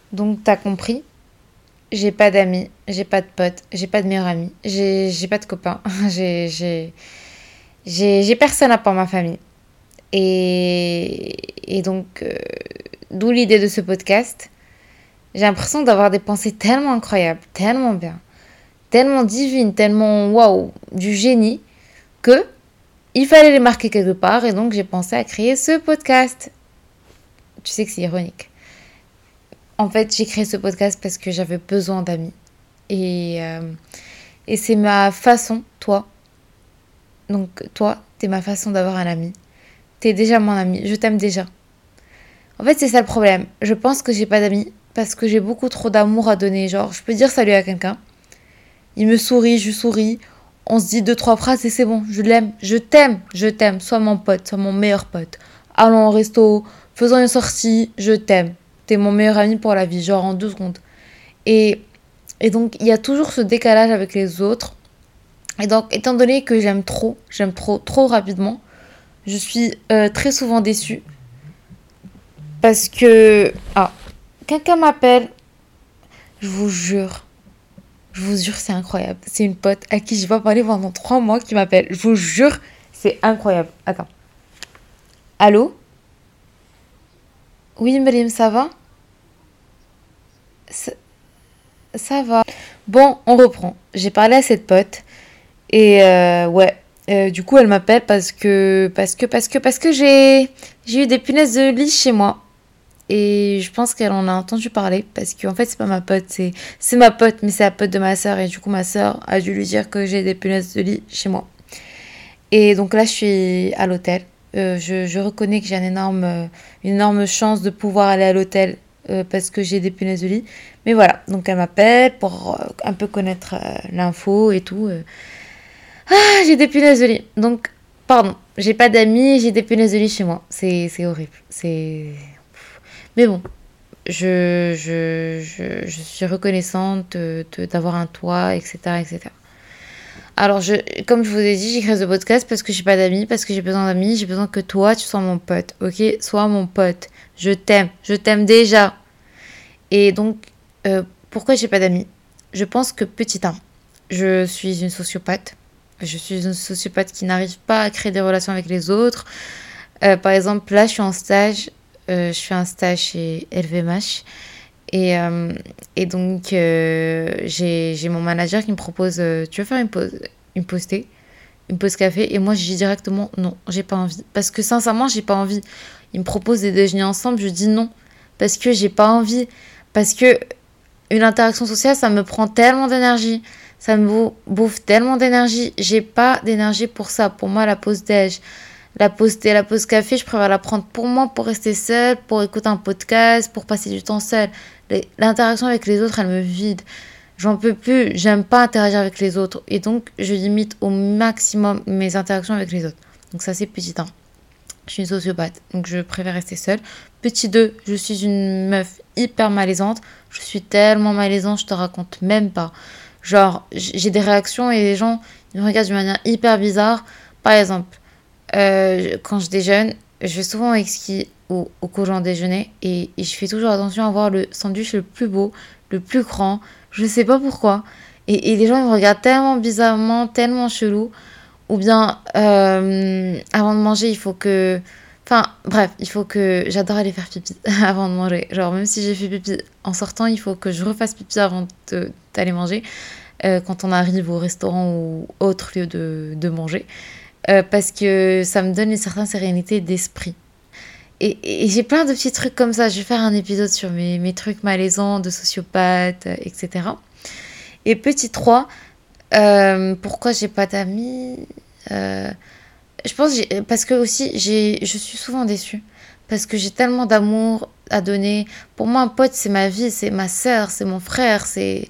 Donc t'as compris, j'ai pas d'amis, j'ai pas de potes, j'ai pas de meilleurs amis, j'ai pas de copains, j'ai personne à part ma famille. Et donc, d'où l'idée de ce podcast. J'ai l'impression d'avoir des pensées tellement incroyables, tellement bien, tellement divines, tellement waouh, du génie, que il fallait les marquer quelque part et donc j'ai pensé à créer ce podcast. Tu sais que c'est ironique. En fait, j'ai créé ce podcast parce que j'avais besoin d'amis. Et, euh, et c'est ma façon, toi. Donc, toi, t'es ma façon d'avoir un ami. T'es déjà mon ami. Je t'aime déjà. En fait, c'est ça le problème. Je pense que j'ai pas d'amis parce que j'ai beaucoup trop d'amour à donner. Genre, je peux dire salut à quelqu'un. Il me sourit, je lui souris. On se dit deux, trois phrases et c'est bon. Je l'aime. Je t'aime. Je t'aime. Sois mon pote. Sois mon meilleur pote. Allons au resto. Faisons une sortie. Je t'aime. T'es mon meilleur ami pour la vie. Genre en 2 secondes. Et, et donc, il y a toujours ce décalage avec les autres. Et donc, étant donné que j'aime trop, trop rapidement, je suis très souvent déçue. Parce que... Ah, quelqu'un m'appelle. Je vous jure. Je vous jure, c'est incroyable. C'est une pote à qui j'ai pas parlé pendant 3 mois qui m'appelle. Je vous jure, c'est incroyable. Attends. Allô? Oui, Miriam, ça va? ça, ça va. Bon, on reprend. J'ai parlé à cette pote. Et ouais. Du coup, elle m'appelle parce que j'ai eu des punaises de lit chez moi. Et je pense qu'elle en a entendu parler parce qu'en fait, c'est pas ma pote, c'est ma pote, mais c'est la pote de ma sœur. Et du coup, ma sœur a dû lui dire que j'ai des punaises de lit chez moi. Et donc là, je suis à l'hôtel. Je reconnais que j'ai une énorme chance de pouvoir aller à l'hôtel parce que j'ai des punaises de lit. Mais voilà, donc elle m'appelle pour un peu connaître l'info et tout. Ah, j'ai des punaises de lit. Donc, pardon, j'ai pas d'amis, j'ai des punaises de lit chez moi. C'est horrible. Mais bon, je suis reconnaissante d'avoir un toit, etc., etc. Alors, comme je vous ai dit, j'ai créé ce podcast parce que j'ai pas d'amis, parce que j'ai besoin d'amis, j'ai besoin que toi, tu sois mon pote, ok? Sois mon pote. Je t'aime déjà. Et donc, pourquoi j'ai pas d'amis? Je pense que petit 1, je suis une sociopathe. Je suis une sociopathe qui n'arrive pas à créer des relations avec les autres. Par exemple, là, je suis en stage. Je fais un stage chez LVMH. Et donc, j'ai mon manager qui me propose tu veux faire une pause thé, une pause café? Et moi, je dis directement non, j'ai pas envie. Parce que sincèrement, j'ai pas envie. Il me propose des déjeuners ensemble, je dis non. Parce que j'ai pas envie. Parce que une interaction sociale, ça me prend tellement d'énergie. Ça me bouffe tellement d'énergie. J'ai pas d'énergie pour ça. Pour moi, la pause déj, la pause thé, la pause café, je préfère la prendre pour moi, pour rester seule, pour écouter un podcast, pour passer du temps seule. L'interaction avec les autres, elle me vide. J'en peux plus, j'aime pas interagir avec les autres. Et donc, je limite au maximum mes interactions avec les autres. Donc ça, c'est petit 1. Je suis une sociopathe, donc je préfère rester seule. Petit 2, je suis une meuf hyper malaisante. Je suis tellement malaisante, je te raconte même pas. Genre, j'ai des réactions et les gens ils me regardent d'une manière hyper bizarre. Par exemple, quand je déjeune, je vais souvent avec ski au courant déjeuner et je fais toujours attention à avoir le sandwich le plus beau, le plus grand. Je sais pas pourquoi. Et les gens ils me regardent tellement bizarrement, tellement chelou. Ou bien, avant de manger, il faut que... Enfin, bref, il faut que... J'adore aller faire pipi avant de manger. Genre, même si j'ai fait pipi en sortant, il faut que je refasse pipi avant d'aller manger. Quand on arrive au restaurant ou autre lieu de manger. Parce que ça me donne une certaine sérénité d'esprit. Et j'ai plein de petits trucs comme ça. Je vais faire un épisode sur mes trucs malaisants de sociopathe, etc. Et petit 3, pourquoi j'ai pas d'amis? Euh, je pense parce que aussi je suis souvent déçue parce que j'ai tellement d'amour à donner. Pour moi, un pote c'est ma vie, c'est ma sœur, c'est mon frère,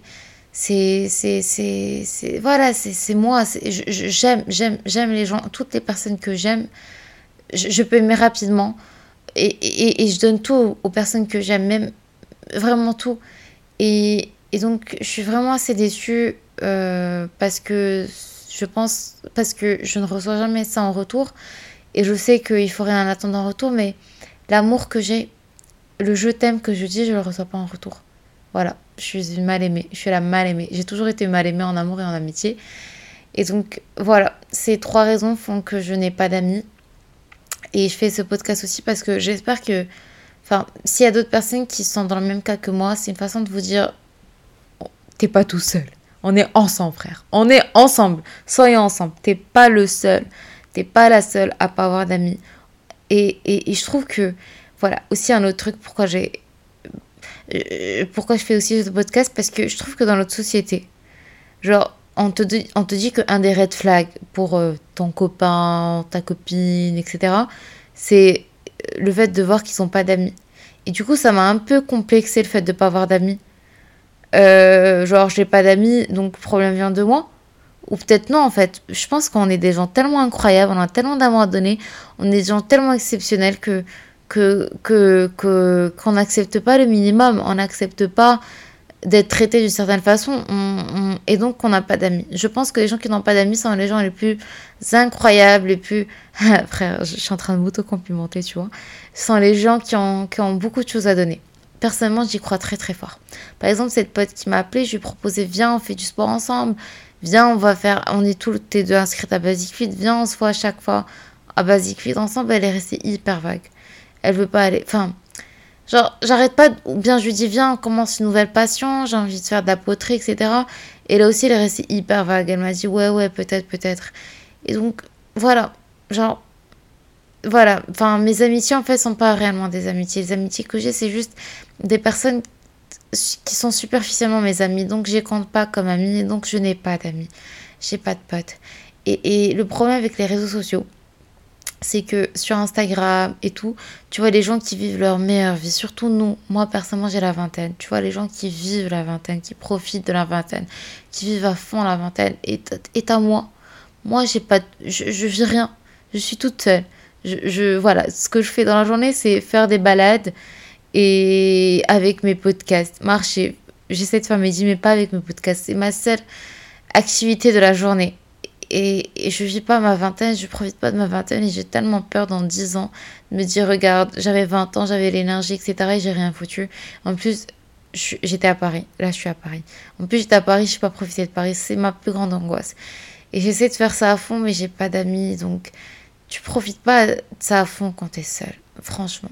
voilà, c'est moi. J'aime les gens, toutes les personnes que j'aime. Je peux aimer rapidement et je donne tout aux personnes que j'aime, même vraiment tout. Et donc, je suis vraiment assez déçue parce que je pense, parce que je ne reçois jamais ça en retour. Et je sais qu'il faut rien attendre en retour, mais l'amour que j'ai, le je t'aime que je dis, je le reçois pas en retour. Voilà, je suis une mal aimée. Je suis la mal aimée. J'ai toujours été mal aimée en amour et en amitié. Et donc, voilà, ces 3 raisons font que je n'ai pas d'amis. Et je fais ce podcast aussi parce que j'espère que... Enfin, s'il y a d'autres personnes qui sont dans le même cas que moi, c'est une façon de vous dire, t'es pas tout seul. On est ensemble, frère. On est ensemble. Soyons ensemble. T'es pas le seul. T'es pas la seule à pas avoir d'amis. Et je trouve que... Voilà, aussi un autre truc, pourquoi je fais aussi ce podcast, parce que je trouve que dans notre société, genre, on te dit qu'un des red flags pour ton copain, ta copine, etc., c'est le fait de voir qu'ils sont pas d'amis. Et du coup, ça m'a un peu complexé le fait de pas avoir d'amis. Genre, j'ai pas d'amis, donc le problème vient de moi. Ou peut-être non, en fait. Je pense qu'on est des gens tellement incroyables, on a tellement d'amour à donner, on est des gens tellement exceptionnels qu'on n'accepte pas le minimum, on n'accepte pas d'être traité d'une certaine façon, et donc on n'a pas d'amis. Je pense que les gens qui n'ont pas d'amis sont les gens les plus incroyables, les plus... Frère, je suis en train de m'auto-complimenter, tu vois. Ce sont les gens qui ont beaucoup de choses à donner. Personnellement, j'y crois très très fort. Par exemple, cette pote qui m'a appelée, je lui ai proposé, viens, on fait du sport ensemble. Viens, on est toutes les deux inscrites à Basic Fit. Viens, on se voit à chaque fois à Basic Fit ensemble. Elle est restée hyper vague. Elle veut pas aller. Enfin, genre, j'arrête pas. Ou bien je lui dis, viens, on commence une nouvelle passion. J'ai envie de faire de la poterie, etc. Et là aussi, elle est restée hyper vague. Elle m'a dit, ouais, peut-être. Et donc, voilà. Genre, voilà. Enfin, mes amitiés, en fait, sont pas réellement des amitiés. Les amitiés que j'ai, c'est juste des personnes qui sont superficiellement mes amis. Donc, je les compte pas comme amis. Donc, je n'ai pas d'amis. J'ai pas de potes. Et le problème avec les réseaux sociaux, c'est que sur Instagram et tout, tu vois les gens qui vivent leur meilleure vie. Surtout nous, moi personnellement j'ai la vingtaine. Tu vois les gens qui vivent la vingtaine, qui profitent de la vingtaine, qui vivent à fond la vingtaine. Et à moi, j'ai pas, je vis rien. Je suis toute seule. Voilà, ce que je fais dans la journée, c'est faire des balades et avec mes podcasts, marcher. J'essaie de faire mes 10, mais pas avec mes podcasts. C'est ma seule activité de la journée. Et je vis pas ma vingtaine, je profite pas de ma vingtaine et j'ai tellement peur dans 10 ans de me dire, regarde, j'avais 20 ans, j'avais l'énergie, etc. et j'ai rien foutu. En plus, j'étais à Paris. Là, je suis à Paris. En plus, j'étais à Paris, je n'ai pas profité de Paris. C'est ma plus grande angoisse. Et j'essaie de faire ça à fond, mais j'ai pas d'amis. Donc, tu profites pas de ça à fond quand t'es seul. Franchement.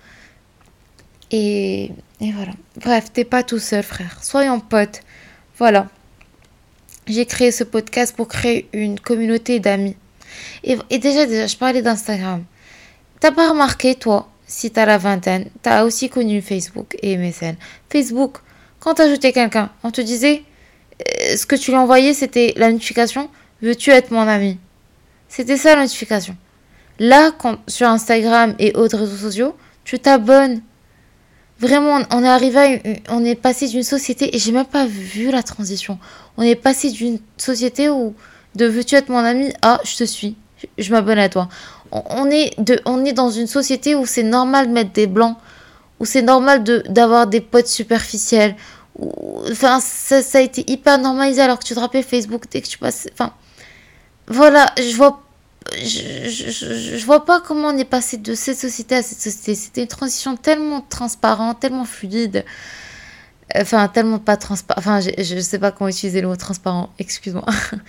Et voilà. Bref, t'es pas tout seul, frère. Soyons potes. Voilà. J'ai créé ce podcast pour créer une communauté d'amis. Et déjà, je parlais d'Instagram. T'as pas remarqué, toi, si t'as la vingtaine, t'as aussi connu Facebook et MSN. Facebook, quand t'ajoutais quelqu'un, on te disait, ce que tu lui envoyais, c'était la notification, veux-tu être mon ami? C'était ça la notification. Là, sur Instagram et autres réseaux sociaux, tu t'abonnes. Vraiment, on est passé d'une société, et j'ai même pas vu la transition. On est passé d'une société où de veux-tu être mon ami à je te suis, je m'abonne à toi. On est dans une société où c'est normal de mettre des blancs, où c'est normal d'avoir des potes superficiels. Enfin, ça a été hyper normalisé alors que tu te rappelles Facebook dès que tu passes. Enfin, voilà, je vois pas comment on est passé de cette société à cette société. C'était une transition tellement transparente, tellement fluide. Enfin, tellement pas transparent. Enfin, je sais pas comment utiliser le mot transparent. Excuse-moi.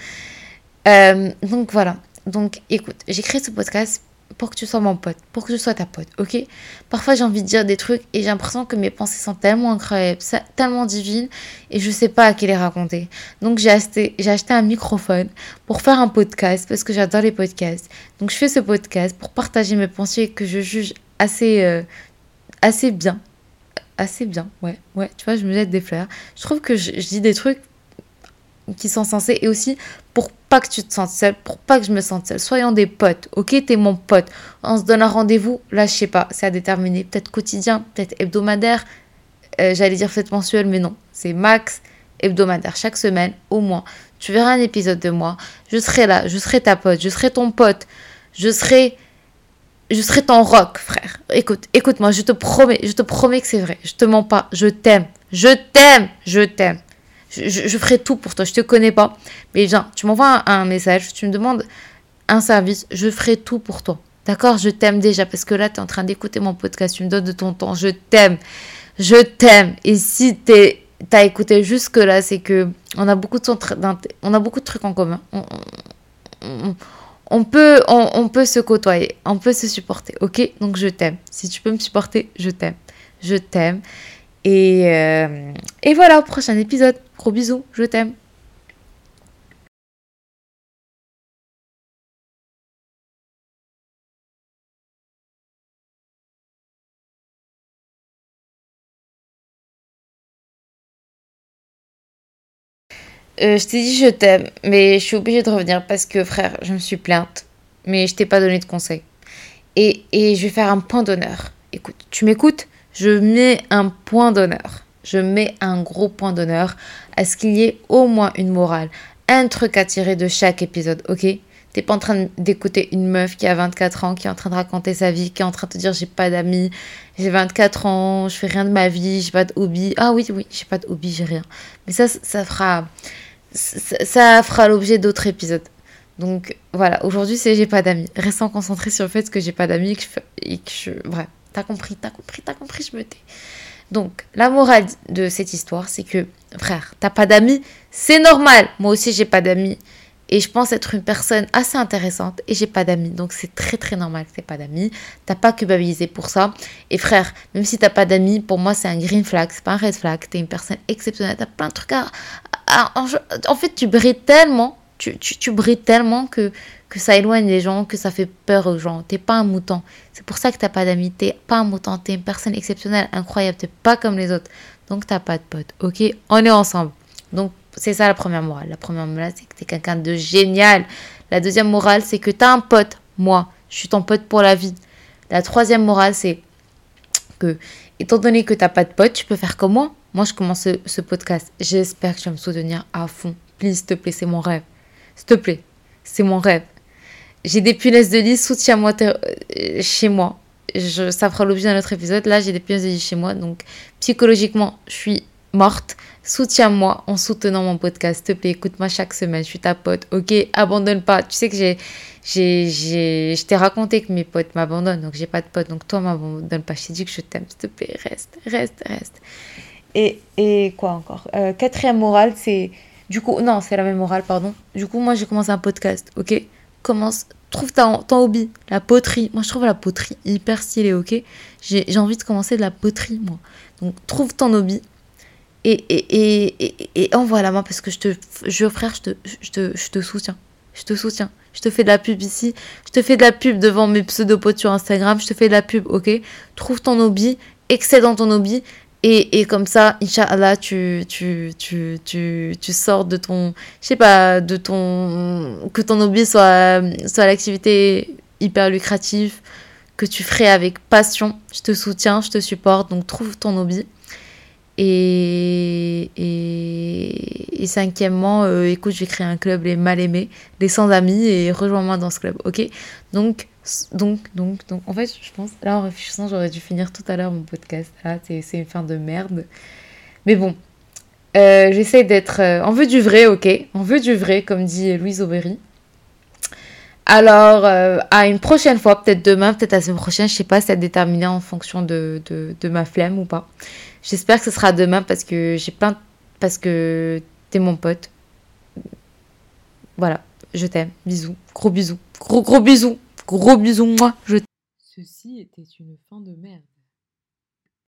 Donc, voilà. Donc, écoute, j'ai créé ce podcast pour que tu sois mon pote, pour que je sois ta pote, ok? Parfois, j'ai envie de dire des trucs et j'ai l'impression que mes pensées sont tellement incroyables, tellement divines et je sais pas à qui les raconter. Donc, j'ai acheté un microphone pour faire un podcast parce que j'adore les podcasts. Donc, je fais ce podcast pour partager mes pensées que je juge assez bien. Assez bien, ouais, tu vois, je me jette des fleurs. Je trouve que je dis des trucs qui sont censés, et aussi pour pas que tu te sentes seule, pour pas que je me sente seule. Soyons des potes, ok? T'es mon pote. On se donne un rendez-vous, là, je sais pas, c'est à déterminer. Peut-être quotidien, peut-être hebdomadaire. J'allais dire peut-être mensuel, mais non. C'est max hebdomadaire, chaque semaine, au moins. Tu verras un épisode de moi. Je serai là, je serai ta pote, je serai ton pote. Je serai ton rock, frère. Écoute-moi, je te promets que c'est vrai. Je te mens pas, je t'aime. Je ferai tout pour toi, je te connais pas. Mais viens, tu m'envoies un message, tu me demandes un service, je ferai tout pour toi. D'accord? Je t'aime déjà, parce que là, tu es en train d'écouter mon podcast, tu me donnes de ton temps. Je t'aime. Et si t'es t'as écouté jusque-là, c'est que on a beaucoup on a beaucoup de trucs en commun. On- on peut se côtoyer, on peut se supporter, ok? Donc je t'aime. Si tu peux me supporter, je t'aime. Je t'aime. Et voilà, au prochain épisode. Gros bisous, je t'aime. Je t'ai dit je t'aime, mais je suis obligée de revenir parce que frère, je me suis plainte, mais je t'ai pas donné de conseils. Et je vais faire un point d'honneur. Écoute, tu m'écoutes? Je mets un point d'honneur. Je mets un gros point d'honneur à ce qu'il y ait au moins une morale, un truc à tirer de chaque épisode, ok? T'es pas en train d'écouter une meuf qui a 24 ans, qui est en train de raconter sa vie, qui est en train de te dire j'ai pas d'amis, j'ai 24 ans, je fais rien de ma vie, j'ai pas de hobby. Ah oui, oui, j'ai pas de hobby, j'ai rien. Mais ça fera l'objet d'autres épisodes. Donc voilà, aujourd'hui c'est j'ai pas d'amis. Restons concentrés sur le fait que j'ai pas d'amis et que je... Bref, t'as compris, je me tais. Donc la morale de cette histoire, c'est que, frère, t'as pas d'amis, c'est normal. Moi aussi j'ai pas d'amis. Et je pense être une personne assez intéressante et j'ai pas d'amis. Donc c'est très très normal que t'aies pas d'amis. T'as pas culpabilisé pour ça. Et frère, même si t'as pas d'amis, pour moi c'est un green flag, c'est pas un red flag. T'es une personne exceptionnelle, t'as plein de trucs en fait, tu brilles tellement, tu brilles tellement que ça éloigne les gens, que ça fait peur aux gens. T'es pas un mouton. C'est pour ça que t'as pas d'amis. T'es pas un mouton. T'es une personne exceptionnelle, incroyable. T'es pas comme les autres. Donc t'as pas de potes. Ok? On est ensemble. Donc c'est ça la première morale. La première morale, c'est que t'es quelqu'un de génial. La deuxième morale, c'est que t'as un pote. Moi, je suis ton pote pour la vie. La troisième morale, c'est que, étant donné que t'as pas de pote, tu peux faire comme moi. Moi, je commence ce podcast. J'espère que tu vas me soutenir à fond. Please, s'il te plaît, c'est mon rêve. S'il te plaît, c'est mon rêve. J'ai des punaises de lit, soutiens-moi chez moi. Ça fera l'objet d'un autre épisode. Là, j'ai des punaises de lit chez moi. Donc, psychologiquement, je suis morte. Soutiens-moi en soutenant mon podcast. S'il te plaît, écoute-moi chaque semaine. Je suis ta pote. Ok, abandonne pas. Tu sais que je t'ai raconté que mes potes m'abandonnent. Donc, j'ai pas de potes. Donc, toi, m'abandonne pas. Je t'ai dit que je t'aime. S'il te plaît, reste. Et quoi encore? Quatrième morale, c'est... Du coup, non, c'est la même morale, pardon. Du coup, moi, j'ai commencé un podcast, ok? Trouve ton hobby, la poterie. Moi, je trouve la poterie hyper stylée, ok? J'ai envie de commencer de la poterie, moi. Donc, trouve ton hobby et envoie la main parce que frère, je te soutiens. Je te soutiens. Je te fais de la pub ici. Je te fais de la pub devant mes pseudo-potes sur Instagram. Je te fais de la pub, ok? Trouve ton hobby, excelle dans ton hobby. Et comme ça, Inch'Allah, tu sors de ton, je sais pas, que ton hobby soit l'activité hyper lucrative, que tu ferais avec passion. Je te soutiens, je te supporte, donc trouve ton hobby. Et cinquièmement, écoute, je vais créer un club, les mal aimés, les sans amis, et rejoins-moi dans ce club, ok? Donc, en fait, je pense, là, en réfléchissant, j'aurais dû finir tout à l'heure mon podcast. Là, c'est une fin de merde. Mais bon, j'essaie d'être en vue du vrai, ok? En vue du vrai, comme dit Louise Aubry. Alors, à une prochaine fois, peut-être demain, peut-être la semaine prochaine, je sais pas, c'est à déterminer en fonction de ma flemme ou pas. J'espère que ce sera demain parce que t'es mon pote. Voilà, je t'aime. Bisous. Gros bisous. Gros bisous. Gros bisous, moi. Je t'aime. Ceci était une fin de merde.